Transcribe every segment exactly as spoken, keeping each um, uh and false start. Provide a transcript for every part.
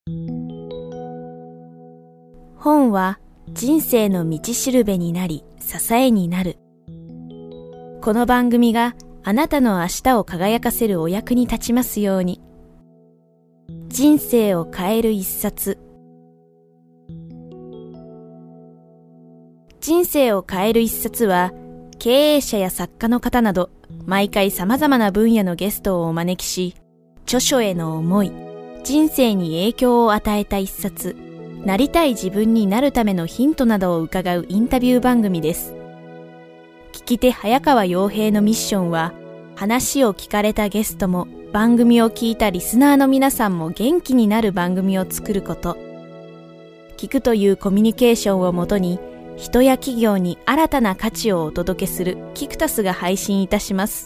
本は人生の道しるべになり支えになる。この番組があなたの明日を輝かせるお役に立ちますように。人生を変える一冊。人生を変える一冊は、経営者や作家の方など毎回様々な分野のゲストをお招きし、著書への思い、人生に影響を与えた一冊、なりたい自分になるためのヒントなどを伺うインタビュー番組です。聞き手早川洋平のミッションは、話を聞かれたゲストも番組を聞いたリスナーの皆さんも元気になる番組を作ること。聞くというコミュニケーションをもとに、人や企業に新たな価値をお届けするキクタスが配信いたします。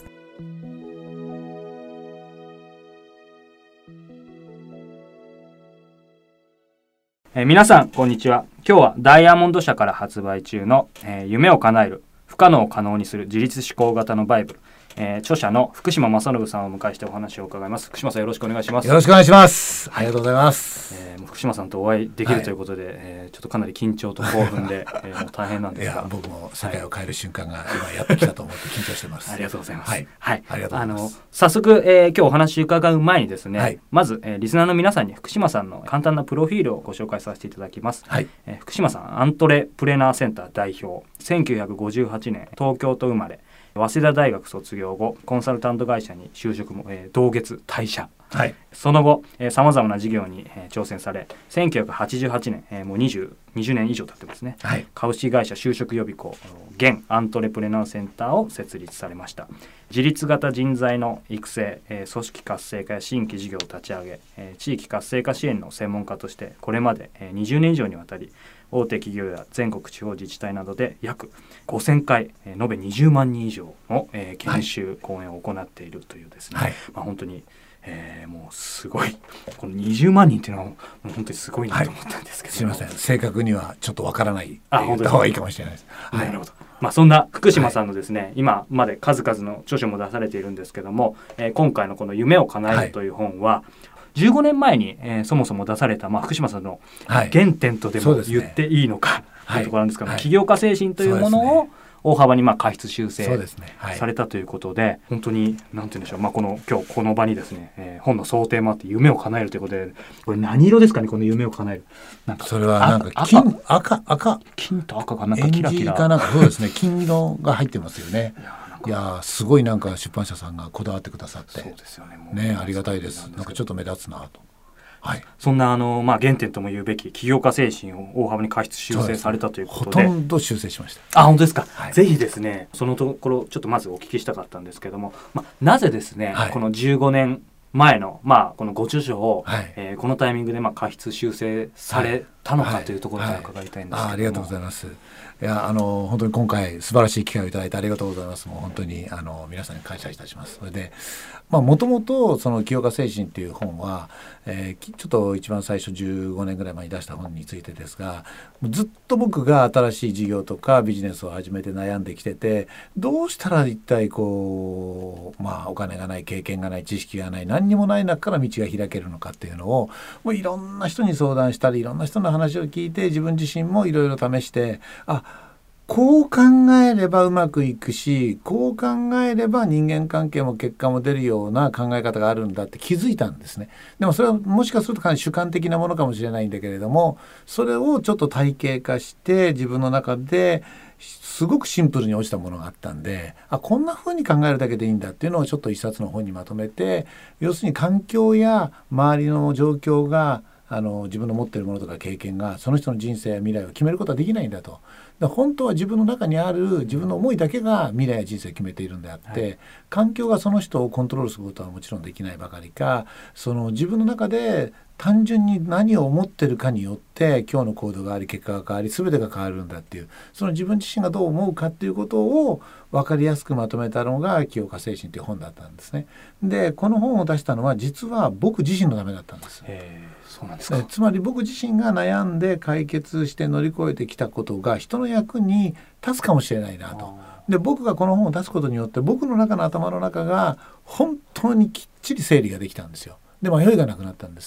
えー、皆さんこんにちは。今日はダイヤモンド社から発売中の、えー、夢を叶える不可能を可能にする自立思考型のバイブル、えー、著者の福島正信さんをお迎えしてお話を伺います。福島さんよろしくお願いします。 よろしくお願いします。ありがとうございます。 えー、福島さんとお会いできるということで、はい、えー、ちょっとかなり緊張と興奮で、えー、もう大変なんですが、 いや僕も世界を変える瞬間が今やってきたと思って緊張してます。 ありがとうございます。 はい、はい、ありがとうございます。 あの早速、えー、今日お話伺う前にですね、はい、まず、えー、リスナーの皆さんに福島さんの簡単なプロフィールをご紹介させていただきます。はい、えー、福島さんアントレプレナーセンター代表、せんきゅうひゃくごじゅうはちねん東京都生まれ、早稲田大学卒業後コンサルタント会社に就職も、えー、同月退社、はい、その後さまざまな事業に、えー、挑戦され、せんきゅうひゃくはちじゅうはちねん、えー、もう 20, 20年以上経ってますね、はい、株式会社就職予備校現アントレプレナーセンターを設立されました。自立型人材の育成、えー、組織活性化や新規事業を立ち上げ、えー、地域活性化支援の専門家としてこれまで、えー、にじゅうねん以上にわたり大手企業や全国地方自治体などで約ごせんかい、えー、延べにじゅうまんにん以上の、えー、研修、はい、講演を行っているというですね、はい、まあ、本当に、えー、もうすごいこのにじゅうまんにんっていうのはもう本当にすごいなと思ったんですけど、はい、 すいません、正確にはちょっとわからないって言った方がいいかもしれないです。 はい、なるほど。まあ、そんな福島さんのですね、はい、今まで数々の著書も出されているんですけども、えー、今回のこの夢を叶えるという本は、はい、じゅうごねんまえに、えー、そもそも出された、まあ、福島さんの原点とでも言っていいのか、はい、というところなんですけど、はい、起業家精神というものを大幅にまあ過失修正されたということで、本当になんて言うんでしょう、まあ、この今日この場にですね、えー、本の想定もあって夢を叶えるということで、これ何色ですかね、この夢を叶える。なんかそれはなんか金赤赤金と赤がなんかキラキラ、 エンジかなんか、そうですね、金色が入ってますよね。いやすごいなんか出版社さんがこだわってくださって、 そうですよね、もうね、ありがたいです。なんかちょっと目立つなと。はい、 そんなあの、まあ、原点とも言うべき起業家精神を大幅に過失修正されたということで、 ほとんど修正しました。 あ、本当ですか。はい、ぜひですねそのところちょっとまずお聞きしたかったんですけども、まあ、なぜですね、はい、このじゅうごねんまえの、まあ、このご著書を、はい、えー、このタイミングでまあ過失修正されたのかというところから伺いたいんですけども、はいはい、あ, ありがとうございます。 いやあの本当に今回素晴らしい機会をいただいてありがとうございます。もう本当にあの皆さんに感謝いたします。それでもともとその起業家精神という本は、えー、ちょっと一番最初じゅうごねんぐらい前に出した本についてですが、ずっと僕が新しい事業とかビジネスを始めて悩んできてて、どうしたら一体こう、まあ、お金がない経験がない知識がない何にもない中から道が開けるのかっていうのをもういろんな人に相談したりいろんな人の話を聞いて自分自身もいろいろ試して、あこう考えればうまくいくし、こう考えれば人間関係も結果も出るような考え方があるんだって気づいたんですね。でもそれはもしかするとかなり主観的なものかもしれないんだけれども、それをちょっと体系化して自分の中ですごくシンプルに落ちたものがあったんで、あこんな風に考えるだけでいいんだっていうのをちょっと一冊の本にまとめて、要するに環境や周りの状況があの自分の持っているものとか経験がその人の人生や未来を決めることはできないんだと。だ本当は自分の中にある自分の思いだけが未来や人生を決めているんであって、はい、環境がその人をコントロールすることはもちろんできないばかりか、その自分の中で単純に何を思ってるかによって今日の行動があり結果が変わり全てが変わるんだっていう、その自分自身がどう思うかっていうことを分かりやすくまとめたのが起業家精神という本だったんですね。でこの本を出したのは実は僕自身のためだったんです。 へー、そうなんですか。 つまり僕自身が悩んで解決して乗り越えてきたことが人の役に立つかもしれないなと。で僕がこの本を出すことによって僕の中の頭の中が本当にきっちり整理ができたんですよ。で迷いがなくなったんです。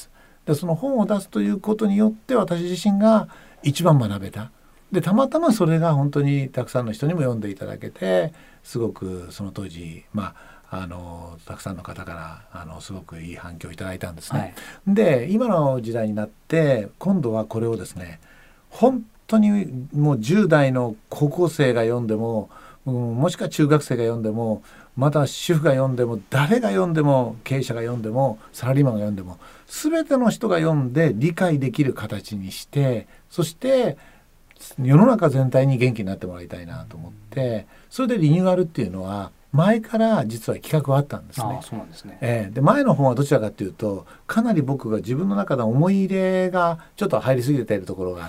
でその本を出すということによって私自身が一番学べた。でたまたまそれが本当にたくさんの人にも読んでいただけて、すごくその当時まああのたくさんの方からあのすごくいい反響をいただいたんですね、はい、で今の時代になって今度はこれをですね、本当にもうじゅう代の高校生が読んでも、うん、もしくは中学生が読んでも、また主婦が読んでも、誰が読んでも、経営者が読んでも、サラリーマンが読んでも、全ての人が読んで理解できる形にして、そして世の中全体に元気になってもらいたいなと思って、それでリニューアルっていうのは前から実は企画はあったんですね。 ああ、そうなんですね。 えー、で前の本はどちらかというと、かなり僕が自分の中で思い入れがちょっと入りすぎているところがあって、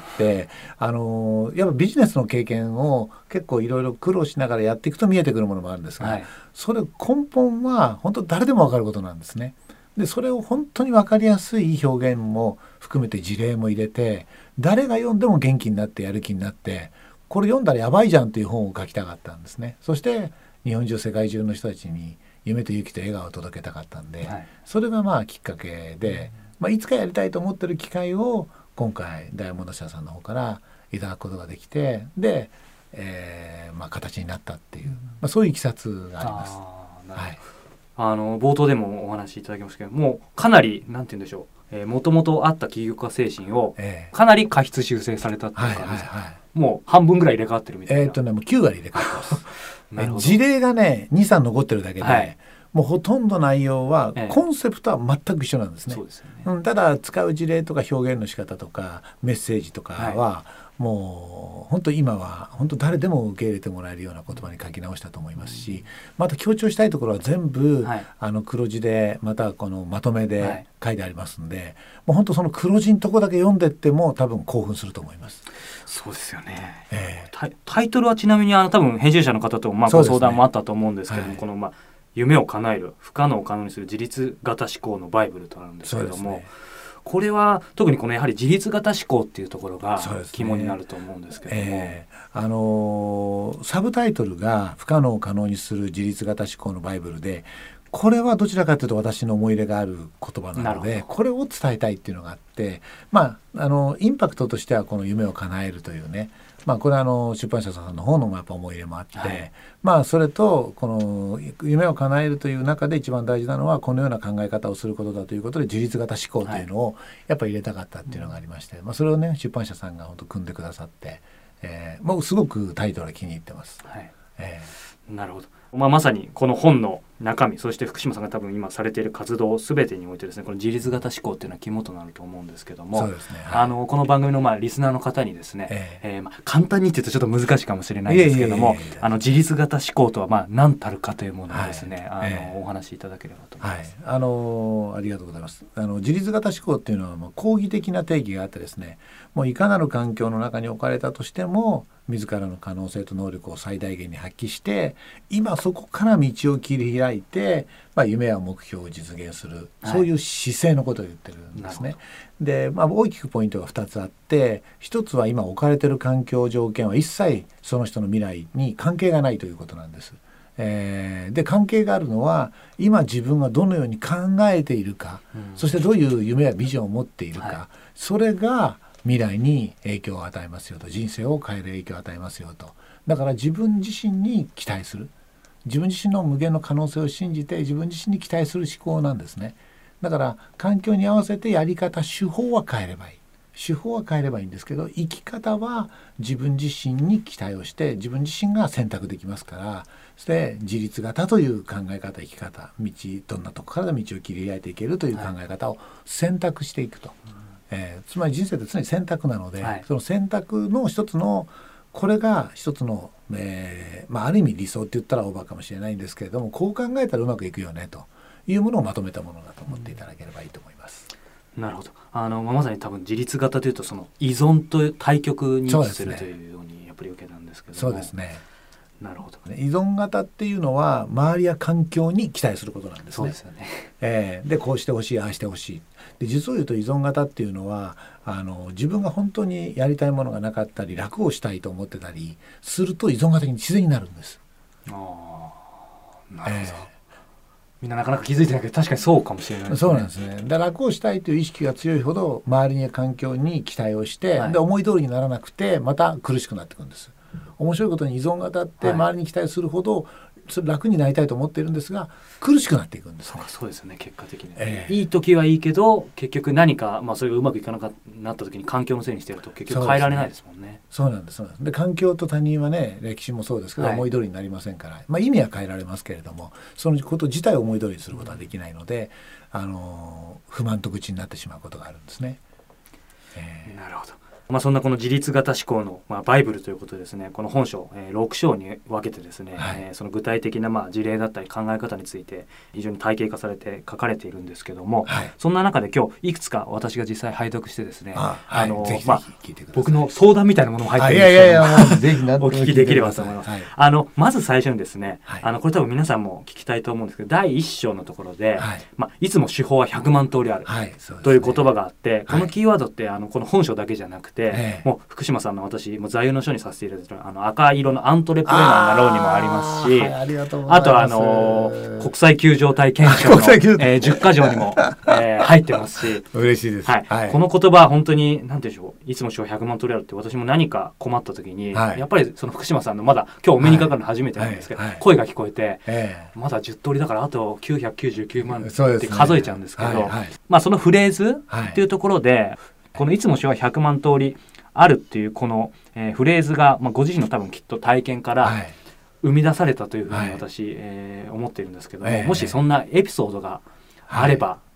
あのー、やっぱビジネスの経験を結構いろいろ苦労しながらやっていくと見えてくるものもあるんですが、はい、それ根本は本当誰でも分かることなんですね。でそれを本当に分かりやすい表現も含めて事例も入れて、誰が読んでも元気になってやる気になって、これ読んだらやばいじゃんという本を書きたかったんですね。そして日本中世界中の人たちに夢と勇気と笑顔を届けたかったんで、はい、それがまあきっかけで、まあ、いつかやりたいと思ってる機会を今回ダイヤモンド社さんの方からいただくことができて、で、えーまあ、形になったっていう、まあ、そういういきさつがあります。はい、 あの冒頭でもお話しいただきましたけど、もうかなりなんて言うんでしょう、もともとあった起業家精神をかなり過失修正されたっていうか、もう半分ぐらい入れ替わってるみたいな。 えーっとね、もうきゅう割入れ替わってます。事例がね に,さん 残ってるだけで、はい、もうほとんど内容は、ええ、コンセプトは全く一緒なんですね。そうですよね。うん、ただ使う事例とか表現の仕方とかメッセージとかは、はい、もう本当今は本当誰でも受け入れてもらえるような言葉に書き直したと思いますし、また強調したいところは全部、はい、あの黒字でまたこのまとめで書いてありますんで、はい、もう本当その黒字のとこだけ読んでっても多分興奮すると思います。 そうですよね、えー、タ, タイトルはちなみにあの多分編集者の方とまあご相談もあったと思うんですけども、ね、はい、このまあ夢を叶える不可能を可能にする自立型思考のバイブルとなるんですけども、ね、これは特にこのやはり自立型思考っていうところが肝になると思うんですけども、ね、えーあのー、サブタイトルが不可能を可能にする自立型思考のバイブルで、これはどちらかというと私の思い入れがある言葉なので、これを伝えたいっていうのがあって、まあ、あのインパクトとしてはこの夢を叶えるというね、まあ、これはあの出版社さんの方のやっぱ思い入れもあって、はい、まあそれとこの夢を叶えるという中で一番大事なのはこのような考え方をすることだということで、自立型思考というのをやっぱり入れたかったっていうのがありまして、はい、まあ、それをね出版社さんが本当組んでくださって、えー、もうすごくタイトルは気に入ってます。はい、えー、なるほど。まあ、まさにこの本の中身、そして福島さんが多分今されている活動すべてにおいてですね、この自立型思考っていうのは肝となると思うんですけども、そうですね、はい、あのこの番組のまあリスナーの方にですね、えーえーまあ、簡単にって言うとちょっと難しいかもしれないんですけども、あの自立型思考とはまあ何たるかというものをですね、はい、あの、えー、お話しいただければと思います。 はい、あのありがとうございます。あの自立型思考っていうのはもう講義的な定義があってですね、もういかなる環境の中に置かれたとしても自らの可能性と能力を最大限に発揮して、今そこから道を切り開いて、まあ、夢や目標を実現する、はい、そういう姿勢のことを言ってるんですね。で、まあ、大きくポイントがふたつあって、ひとつは今置かれている環境条件は一切その人の未来に関係がないということなんです。えー、で関係があるのは今自分がどのように考えているか、うん、そしてどういう夢やビジョンを持っているか、はい、それが未来に影響を与えますよと、人生を変える影響を与えますよと。だから自分自身に期待する、自分自身の無限の可能性を信じて自分自身に期待する思考なんですね。だから環境に合わせてやり方、手法は変えればいい、手法は変えればいいんですけど、生き方は自分自身に期待をして自分自身が選択できますから、そして自立型という考え方、生き方、道、どんなとこから道を切り開いていけるという考え方を選択していくと、はい、えー、つまり人生って常に選択なので、はい、その選択の一つのこれが一つの、えーまあ、ある意味理想って言ったらオーバーかもしれないんですけれども、こう考えたらうまくいくよねというものをまとめたものだと思っていただければいいと思います。 なるほど。あのまさに多分自立型というとその依存と対極に位置するというようにやっぱり受けたんですけども。そうですね。なるほど。 依存型っていうのは周りや環境に期待することなんですね。 そうですよね。 えー、でこうしてほしい、ああしてほしい。で実を言うと依存型っていうのはあの自分が本当にやりたいものがなかったり楽をしたいと思ってたりすると依存型に自然になるんです。 ああ、なるほど。えーみんななかなか気づいてないけど確かにそうかもしれないですね。 そうなんですね。だ楽をしたいという意識が強いほど周りに環境に期待をして、はい、で思い通りにならなくてまた苦しくなっていくんです。面白いことに依存が当たって周りに期待するほど、はい、それ楽になりたいと思っているんですが苦しくなっていくんです、ね、 そうそうですよね。結果的に、 えー、 いい時はいいけど結局何か、まあ、それがうまくいかなくなった時に環境のせいにしてると結局変えられないですもんね。 そうなんです。そうなんです。で環境と他人はね歴史もそうですけど、はい、思い通りになりませんから、まあ、意味は変えられますけれどもそのこと自体を思い通りにすることはできないので、うん、あの不満と愚痴になってしまうことがあるんですね。 えー、なるほど。まあ、そんなこの自立型思考の、まあ、バイブルということですね。この本書、えー、ろく章に分けてですね、はい、えー、その具体的なまあ事例だったり考え方について非常に体系化されて書かれているんですけども、はい、そんな中で今日いくつか私が実際拝読してですね、あ、あの、はい、まあ、僕の相談みたいなものも入ってるんですけど、いやいやいやもうぜひ何でもお聞きできればと思います。はい、あのまず最初にですね、はい、あのこれ多分皆さんも聞きたいと思うんですけどだいいっ章のところで、はい、まあ、いつも手法はひゃくまん通りある、はい、という言葉があって、このキーワードってあのこの本書だけじゃなくて、はい、もう福島さんの私もう座右の書にさせていただいているあの赤色のアントレプレナーになろうにもありますし、 あ, はい、あ, あとあの国際救助隊憲章の、えー、じゅっか条にも、えー、入ってますし嬉しいです、 はいはい、この言葉は本当に何て言うんでしょう、いつも手法ひゃくまん通りあるって私も何か困った時に、はい、やっぱりその福島さんのまだ今日お目にかかるの初めてなんですけど、はいはい、声が聞こえて、えー、まだじゅっ通りだからあときゅうひゃくきゅうじゅうきゅうまんって数えちゃうんですけど、はいはい、まあ、そのフレーズっていうところで、はい、このいつも手法ひゃくまん通りあるっていうこの、えー、フレーズが、まあ、ご自身の多分きっと体験から生み出されたというふうに私、はい、えー、思っているんですけども、えー、もしそんなエピソードがあれば、はい、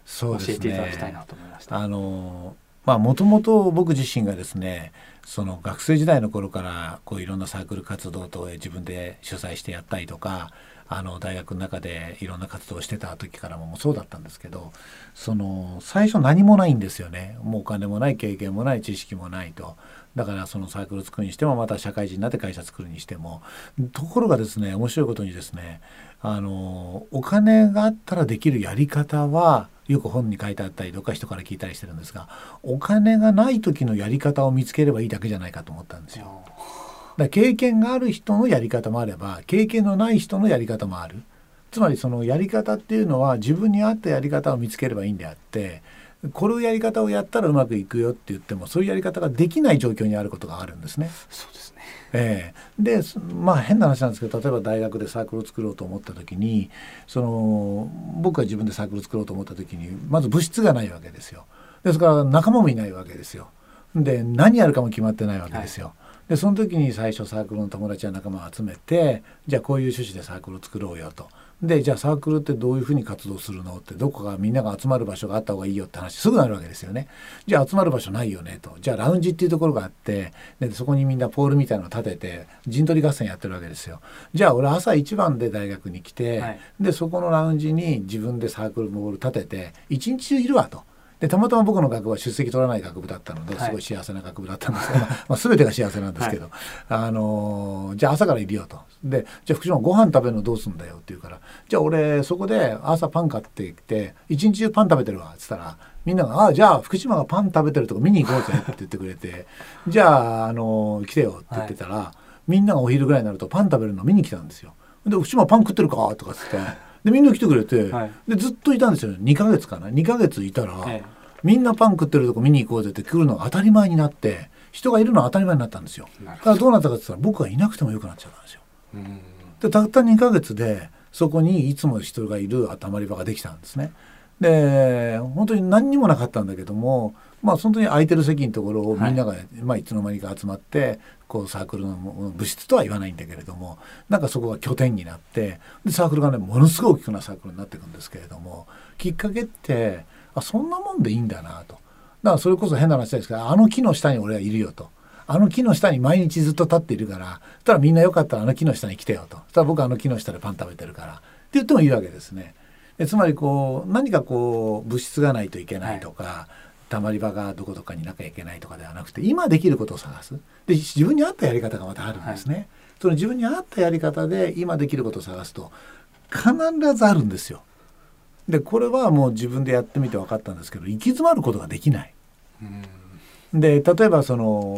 教えていただきたいなと思いました。 あのまあもともと僕自身がですねその学生時代の頃からこういろんなサークル活動等へ自分で主催してやったりとかあの大学の中でいろんな活動をしてた時からもそうだったんですけど、その最初何もないんですよね。もうお金もない経験もない知識もないと。だからそのサークル作るにしてもまた社会人になって会社作るにしても、ところがですね面白いことにですねあのお金があったらできるやり方はよく本に書いてあったりとか人から聞いたりしてるんですが、お金がない時のやり方を見つければいいだけじゃないかと思ったんですよ。だから経験がある人のやり方もあれば経験のない人のやり方もある。つまりそのやり方っていうのは自分に合ったやり方を見つければいいんであって、これをやり方をやったらうまくいくよって言ってもそういうやり方ができない状況にあることがあるんですね。 そうですね、 えー、でまあ変な話なんですけど、例えば大学でサークルを作ろうと思った時にその僕が自分でサークルを作ろうと思った時にまず部室がないわけですよ。ですから仲間もいないわけですよ。で何やるかも決まってないわけですよ。はい、でその時に最初サークルの友達や仲間を集めて、じゃあこういう趣旨でサークルを作ろうよと。でじゃあサークルってどういうふうに活動するのって、どこかみんなが集まる場所があった方がいいよって話すぐなるわけですよね。じゃあ集まる場所ないよねと。じゃあラウンジっていうところがあって、でそこにみんなポールみたいなのを立てて陣取り合戦やってるわけですよ。じゃあ俺朝一番で大学に来て、はい、でそこのラウンジに自分でサークルボール立てて一日中いるわと。でたまたま僕の学部は出席取らない学部だったのですごい幸せな学部だったんですけど、はい、まあ、全てが幸せなんですけど、はい、あのー、じゃあ朝からいるよと。でじゃあ福島ご飯食べるのどうすんだよって言うから、じゃあ俺そこで朝パン買ってきて一日中パン食べてるわっつったら、みんながあじゃあ福島がパン食べてるとこ見に行こうぜって言ってくれてじゃあ、あのー、来てよって言ってたら、はい、みんながお昼ぐらいになるとパン食べるの見に来たんですよ。で福島パン食ってるかとかっつってでみんな来てくれて、はい、でずっといたんですよ。にかげつかなにかげついたら、はい、みんなパン食ってるとこ見に行こうぜって来るのが当たり前になって、人がいるのは当たり前になったんですよ。だからどうなったかって言ったら僕がいなくてもよくなっちゃったんですよ。うんでたったにかげつでそこにいつも人がいるたまり場ができたんですね。で本当に何にもなかったんだけども、まあ本当に空いてる席のところをみんなが、はい、まあ、いつの間にか集まってこうサークルの部室とは言わないんだけれども、なんかそこが拠点になってでサークルがねものすごい大きくなサークルになっていくんですけれども、きっかけってあそんなもんでいいんだなと。だからそれこそ変な話ですけど、あの木の下に俺はいるよと。あの木の下に毎日ずっと立っているから、そしたらみんなよかったらあの木の下に来てよと。そしたら僕はあの木の下でパン食べてるからって言ってもいいわけですね。でつまりこう何かこう物質がないといけないとか、はい、たまり場がどこどこかになきゃいけないとかではなくて、今できることを探す。で自分に合ったやり方がまたあるんですね。はい、その自分に合ったやり方で今できることを探すと必ずあるんですよ。でこれはもう自分でやってみて分かったんですけど、行き詰まることができない。うんで例えばその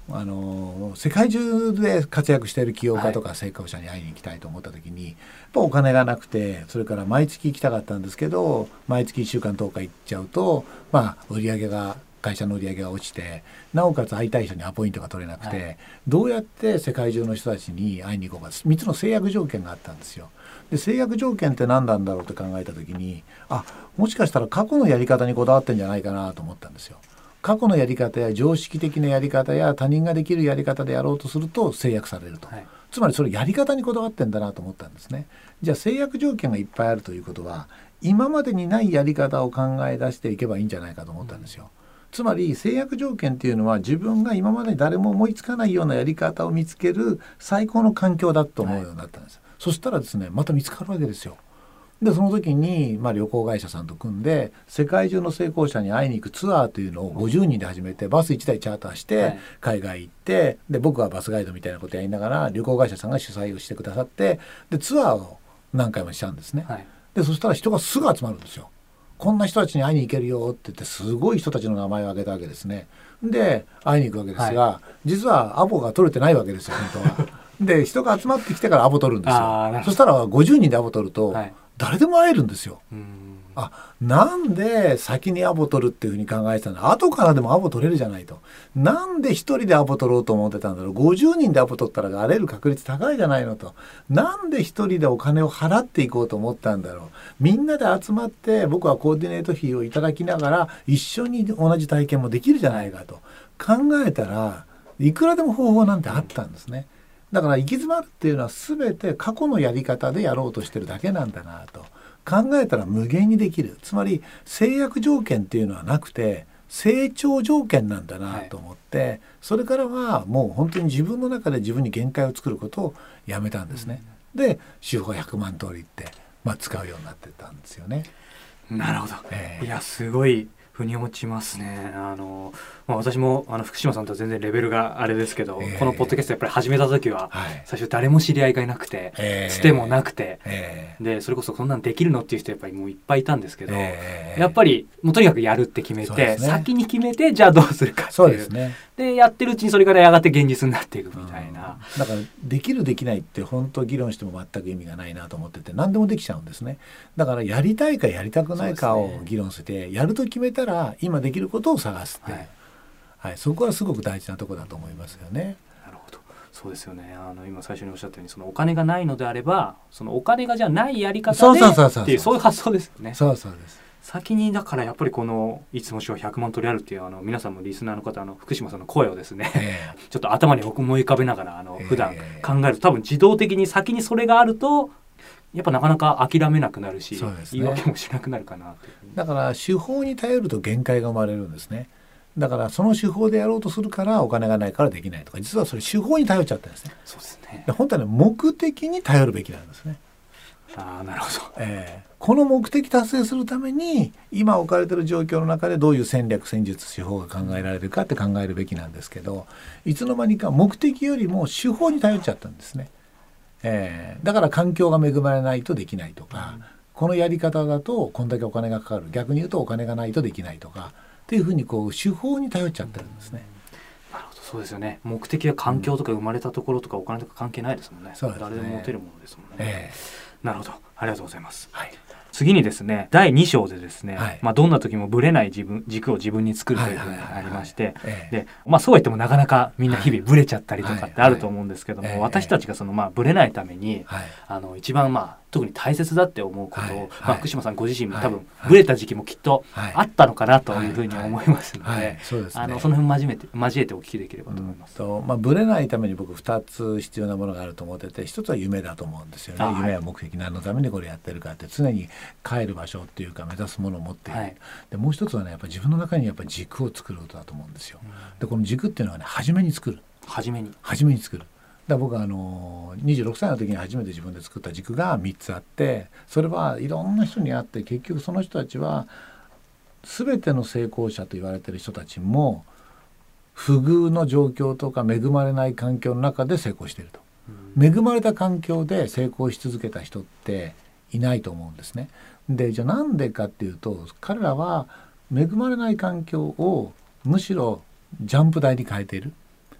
あの世界中で活躍している起業家とか成功者に会いに行きたいと思った時に、はい、やっぱお金がなくて、それから毎月行きたかったんですけど、毎月いっしゅうかんとおか行っちゃうと、まあ、売り上げが会社の売り上げが落ちて、なおかつ会いたい人にアポイントが取れなくて、はい、どうやって世界中の人たちに会いに行こうか、みっつの制約条件があったんですよ。で制約条件って何なんだろうって考えた時に、あ、もしかしたら過去のやり方にこだわってんじゃないかなと思ったんですよ。過去のやり方や常識的なやり方や他人ができるやり方でやろうとすると制約されると、はい、つまりそれやり方にこだわってんだなと思ったんですね。じゃあ制約条件がいっぱいあるということは、今までにないやり方を考え出していけばいいんじゃないかと思ったんですよ。うん、つまり制約条件っていうのは、自分が今まで誰も思いつかないようなやり方を見つける最高の環境だと思うようになったんです。はい、そしたらですね、また見つかるわけですよ。でその時に、まあ、旅行会社さんと組んで世界中の成功者に会いに行くツアーというのをごじゅうにんで始めて、バスいちだいチャーターして海外行って、はい、で僕はバスガイドみたいなことやりながら旅行会社さんが主催をしてくださって、でツアーを何回もしちゃうんですね。はい、でそしたら人がすぐ集まるんですよ。こんな人たちに会いに行けるよって言って、すごい人たちの名前を挙げたわけですね。で会いに行くわけですが、はい、実はアポが取れてないわけですよ本当は。で人が集まってきてからアポ取るんですよ。そしたらごじゅうにんでアポ取ると、はい、誰でも会えるんですよ。うん、あ、なんで先にアポ取るっていうふうに考えてたの、後からでもアポ取れるじゃないと。なんで一人でアポ取ろうと思ってたんだろう。ごじゅうにんでアポ取ったら荒れる確率高いじゃないのと。なんで一人でお金を払っていこうと思ったんだろう。みんなで集まって僕はコーディネート費をいただきながら一緒に同じ体験もできるじゃないかと考えたら、いくらでも方法なんてあったんですね。だから行き詰まるっていうのは全て過去のやり方でやろうとしてるだけなんだなと考えたら無限にできる。つまり制約条件っていうのはなくて成長条件なんだなと思って、はい、それからはもう本当に自分の中で自分に限界を作ることをやめたんですね。うん、で手法ひゃくまん通りって、まあ、使うようになってたんですよね。 なるほど、えー、いやすごい腑に落ちますね。あの、まあ、私もあの福島さんとは全然レベルがあれですけど、えー、このポッドキャストやっぱり始めた時は、はい、最初誰も知り合いがいなくて、えー、つてもなくて、えー、でそれこそこんなんできるのっていう人やっぱりもういっぱいいたんですけど、えー、やっぱりもうとにかくやるって決めて、ね、先に決めてじゃあどうするかっていう、そうですね、でやってるうちにそれからやがて現実になっていくみたいな、 うん、だからできるできないって本当議論しても全く意味がないなと思ってて、何でもできちゃうんですね。だからやりたいかやりたくないかを議論して、ね、やると決めたら今できることを探すって、はいはい、そこはすごく大事なところだと思いますよね。 なるほど、そうですよね。あの今最初におっしゃったように、そのお金がないのであればそのお金がじゃあないやり方でっていうそういう発想ですよね。 そうそうです。 先にだからやっぱりこのいつも手話ひゃくまん通りあるっていうあの皆さんもリスナーの方、あの福島さんの声をですね、えー、ちょっと頭に思い浮かべながらあの普段考えると、多分自動的に先にそれがあるとやっぱなかなか諦めなくなるし、そうですね、言い訳もしなくなるかなという。 だから手法に頼ると限界が生まれるんですね。だからその手法でやろうとするからお金がないからできないとか、実はそれ手法に頼っちゃってるんですね。 そうですね。 本当はね、目的に頼るべきなんですね。 ああ、なるほど、 えー、この目的達成するために今置かれている状況の中でどういう戦略戦術手法が考えられるかって考えるべきなんですけど、いつの間にか目的よりも手法に頼っちゃったんですね。えー、だから環境が恵まれないとできないとか、うん、このやり方だとこんだけお金がかかる、逆に言うとお金がないとできないとかっていうふうにこう手法に頼っちゃってるんですね。 うん、なるほど、そうですよね。目的は環境とか生まれたところとかお金とか関係ないですもんね。そうですね。誰でも持てるものですもんね。えー、なるほど、ありがとうございます。はい、次にですね、だいに章でですね、はい、まあ、どんな時もぶれない自分軸を自分に作るというふうにありまして、で、まあ、そうは言ってもなかなかみんな日々ぶれちゃったりとかってあると思うんですけども、はいはいはい、私たちがそのまあぶれないために、はい、あの一番まあ特に大切だって思うことを、はい、まあ、福島さんご自身も多分ぶれた時期もきっとあったのかなというふうに思いますので、その辺交えて交えてお聞きできればと思います。 うんと、まあ、ぶれないために僕ふたつ必要なものがあると思ってて、ひとつは夢だと思うんですよね。はい、夢は目的何のためにこれやってるかって常に帰る場所っていうか目指すものを持っている。はい、でもう一つはね、やっぱ自分の中にやっぱ軸を作ることだと思うんですよ。うん、でこの軸っていうのはね、初めに作る。 初めに初めに作る。だ僕はあのにじゅうろくさいの時に初めて自分で作った軸がみっつあって、それはいろんな人に会って、結局その人たちは全ての成功者と言われている人たちも不遇の状況とか恵まれない環境の中で成功していると。うん、恵まれた環境で成功し続けた人っていないと思うんですね。でじゃあなんでかっていうと、彼らは恵まれない環境をむしろジャンプ台に変えている。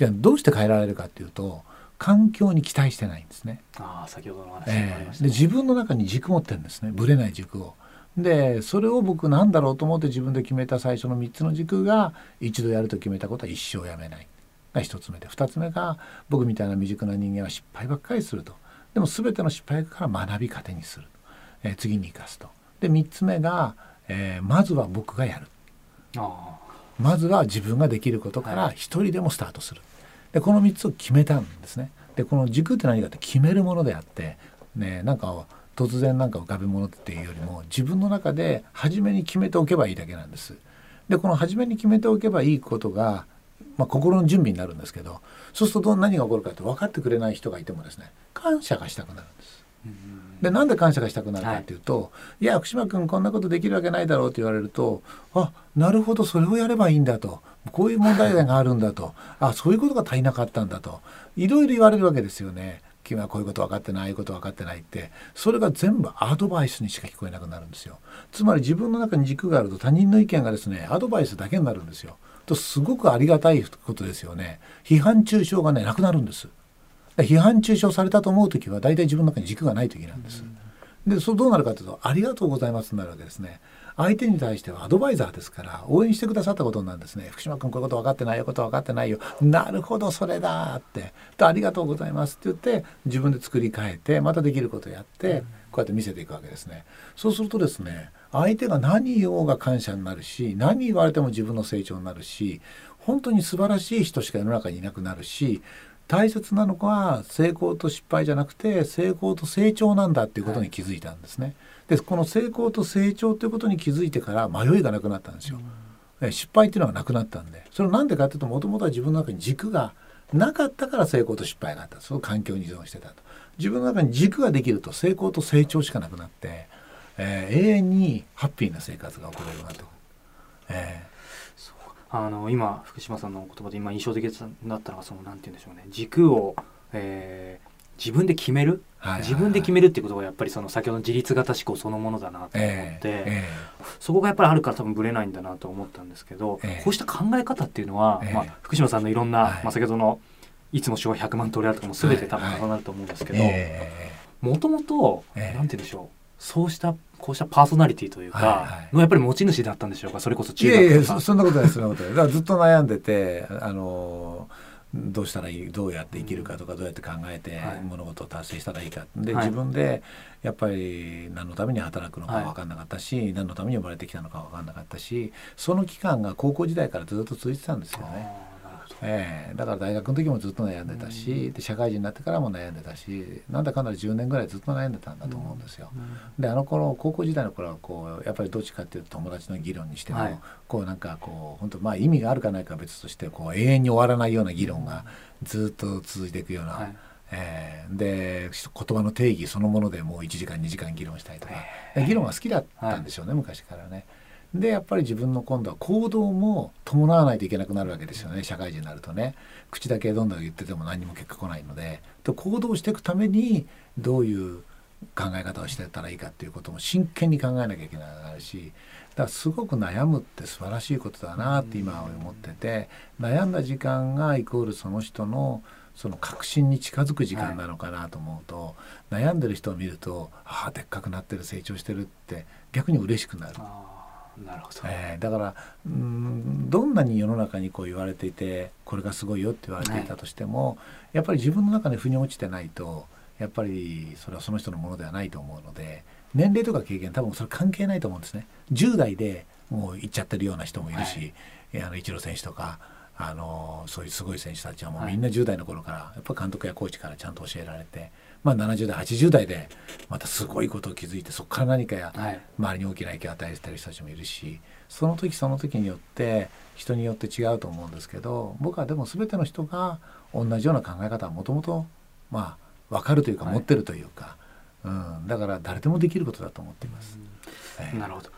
じゃあどうして変えられるかっていうと、環境に期待してないんですね。 ああ、先ほどの話にもありました、 えー、で自分の中に軸持ってるんですね、ぶれない軸を。でそれを僕なんだろうと思って自分で決めた最初のみっつの軸が、一度やると決めたことは一生やめないがひとつめで、ふたつめが僕みたいな未熟な人間は失敗ばっかりすると。でも全ての失敗から学び糧にする、えー、次に生かすと。でみっつめが、えー、まずは僕がやる。 あまずは自分ができることから一人でもスタートする。でこのみっつを決めたんですね。でこの軸って何かって決めるものであって、ね、なんか突然なんか浮かべ物っていうよりも、自分の中で初めに決めておけばいいだけなんです。でこの初めに決めておけばいいことが、まあ、心の準備になるんですけど、そうすると何が起こるかって、分かってくれない人がいてもですね、感謝がしたくなるんです。でなんで感謝がしたくなるかっていうと、はい、いや福島君こんなことできるわけないだろうって言われると、あ、なるほど、それをやればいいんだと、こういう問題点があるんだと、あ、そういうことが足りなかったんだと、いろいろ言われるわけですよね。君はこういうこと分かってない、ああいうこと分かってないって、それが全部アドバイスにしか聞こえなくなるんですよ。つまり自分の中に軸があると、他人の意見がですねアドバイスだけになるんですよ。とすごくありがたいことですよね。批判中傷がねなくなるんです。批判中傷されたと思うときは大体自分の中に軸がないときなんです。でそうどうなるかというと、ありがとうございますになるわけですね。相手に対してはアドバイザーですから、応援してくださったことなんですね。福島君こういうこと分かってないよ、こと分かってないよ、なるほどそれだって、でありがとうございますって言って自分で作り変えて、またできることをやってこうやって見せていくわけですね。そうするとですね、相手が何言おうが感謝になるし、何言われても自分の成長になるし、本当に素晴らしい人しか世の中にいなくなるし、大切なのは成功と失敗じゃなくて成功と成長なんだっていうことに気づいたんですね。でこの成功と成長ということに気づいてから迷いがなくなったんですよ。失敗っていうのがなくなったんで、それはなんでかっていうと、もともとは自分の中に軸がなかったから成功と失敗があった。その環境に依存してたと。自分の中に軸ができると成功と成長しかなくなって、えー、永遠にハッピーな生活が送れるようになってくる。えーあの今福島さんの言葉で今印象的だったのが、そのなんて言うんでしょうね、軸を、えー、自分で決める、はいはいはい、自分で決めるっていうことがやっぱりその先ほどの自立型思考そのものだなと思って、えーえー、そこがやっぱりあるから多分ぶれないんだなと思ったんですけど、えー、こうした考え方っていうのは、えーまあ、福島さんのいろんな、はいまあ、先ほどのいつも昭和ひゃくまん通りあるとかも全て多分重なると思うんですけど、もともとなんて言うんでしょう、そうしたこうしたパーソナリティというか、はいはい、のやっぱり持ち主だったんでしょうか。それこそ中学とか。 いやいや そ, そんなことないそんなことない。だからずっと悩んでて、あのどうしたらいい、どうやって生きるかとか、どうやって考えて物事を達成したらいいかで、はい、自分でやっぱり何のために働くのか分かんなかったし、はい、何のために生まれてきたのか分かんなかったし、その期間が高校時代からずっと続いてたんですよね。えー、だから大学の時もずっと悩んでたし、で社会人になってからも悩んでたし、なんだかんだじゅうねんぐらいずっと悩んでたんだと思うんですよ。であの頃高校時代の頃はこうやっぱりどっちかっていうと友達の議論にしても、はい、こうなんかこう本当まあ意味があるかないかは別として、こう永遠に終わらないような議論がずっと続いていくような、はい、えー、で言葉の定義そのものでもういちじかんにじかん議論したりとか、議論が好きだったんでしょうね、はい、昔からね。でやっぱり自分の今度は行動も伴わないといけなくなるわけですよね。社会人になるとね、口だけどんどん言ってても何にも結果来ないので、と行動していくためにどういう考え方をしてたらいいかっていうことも真剣に考えなきゃいけないし、だからすごく悩むって素晴らしいことだなって今は思ってて、悩んだ時間がイコールその人のその確信に近づく時間なのかなと思うと、はい、悩んでる人を見ると、ああでっかくなってる、成長してるって逆に嬉しくなる。 なるほど。 えー、だからうーんどんなに世の中にこう言われていて、これがすごいよって言われていたとしても、はい、やっぱり自分の中で腑に落ちてないと、やっぱりそれはその人のものではないと思うので、年齢とか経験多分それ関係ないと思うんですね。じゅう代でもう行っちゃってるような人もいるし、はい、あのイチロー選手とかあのそういうすごい選手たちはもうみんなじゅう代の頃からやっぱ監督やコーチからちゃんと教えられて、まあ、ななじゅう代はちじゅう代でまたすごいことを気づいて、そこから何かや周りに大きな影響を与えてる人たちもいるし、その時その時によって人によって違うと思うんですけど、僕はでも全ての人が同じような考え方はもともとまあ分かるというか持ってるというか、はい、うん、だから誰でもできることだと思っています。 えー、なるほど。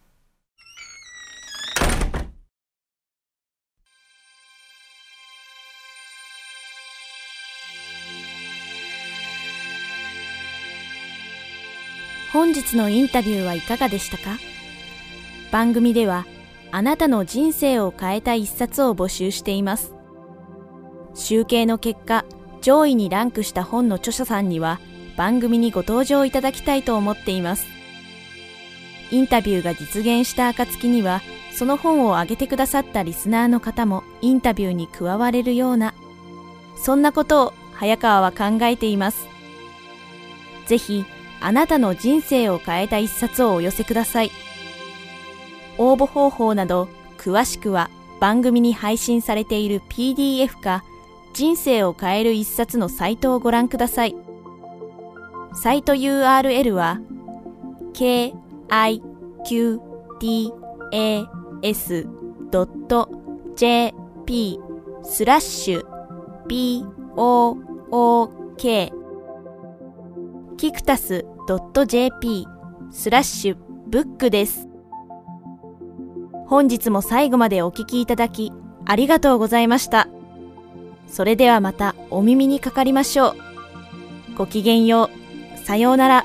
本日のインタビューはいかがでしたか？番組ではあなたの人生を変えた一冊を募集しています。 集計の結果、上位にランクした本の著者さんには番組にご登場いただきたいと思っています。インタビューが実現した暁には、その本を挙げてくださったリスナーの方もインタビューに加われるような、そんなことを早川は考えています。ぜひ、あなたの人生を変えた一冊をお寄せください。応募方法など、詳しくは番組に配信されている ピーディーエフ か、人生を変える一冊のサイトをご覧ください。サイト ユーアールエル は ケーアイキューティーエーエスドットジェーピー スラッシュ ビーオーオーケー キクタス ドットジェーピー スラッシュブックです。本日も最後までお聞きいただきありがとうございました。それではまたお耳にかかりましょう。ごきげんよう。さようなら。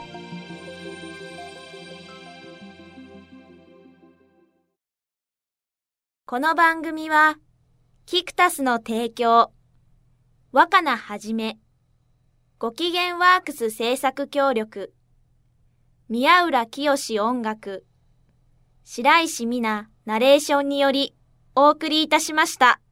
この番組はキクタスの提供、若菜はじめ、ごきげんワークス制作協力、宮浦清音楽、白石美奈ナレーションによりお送りいたしました。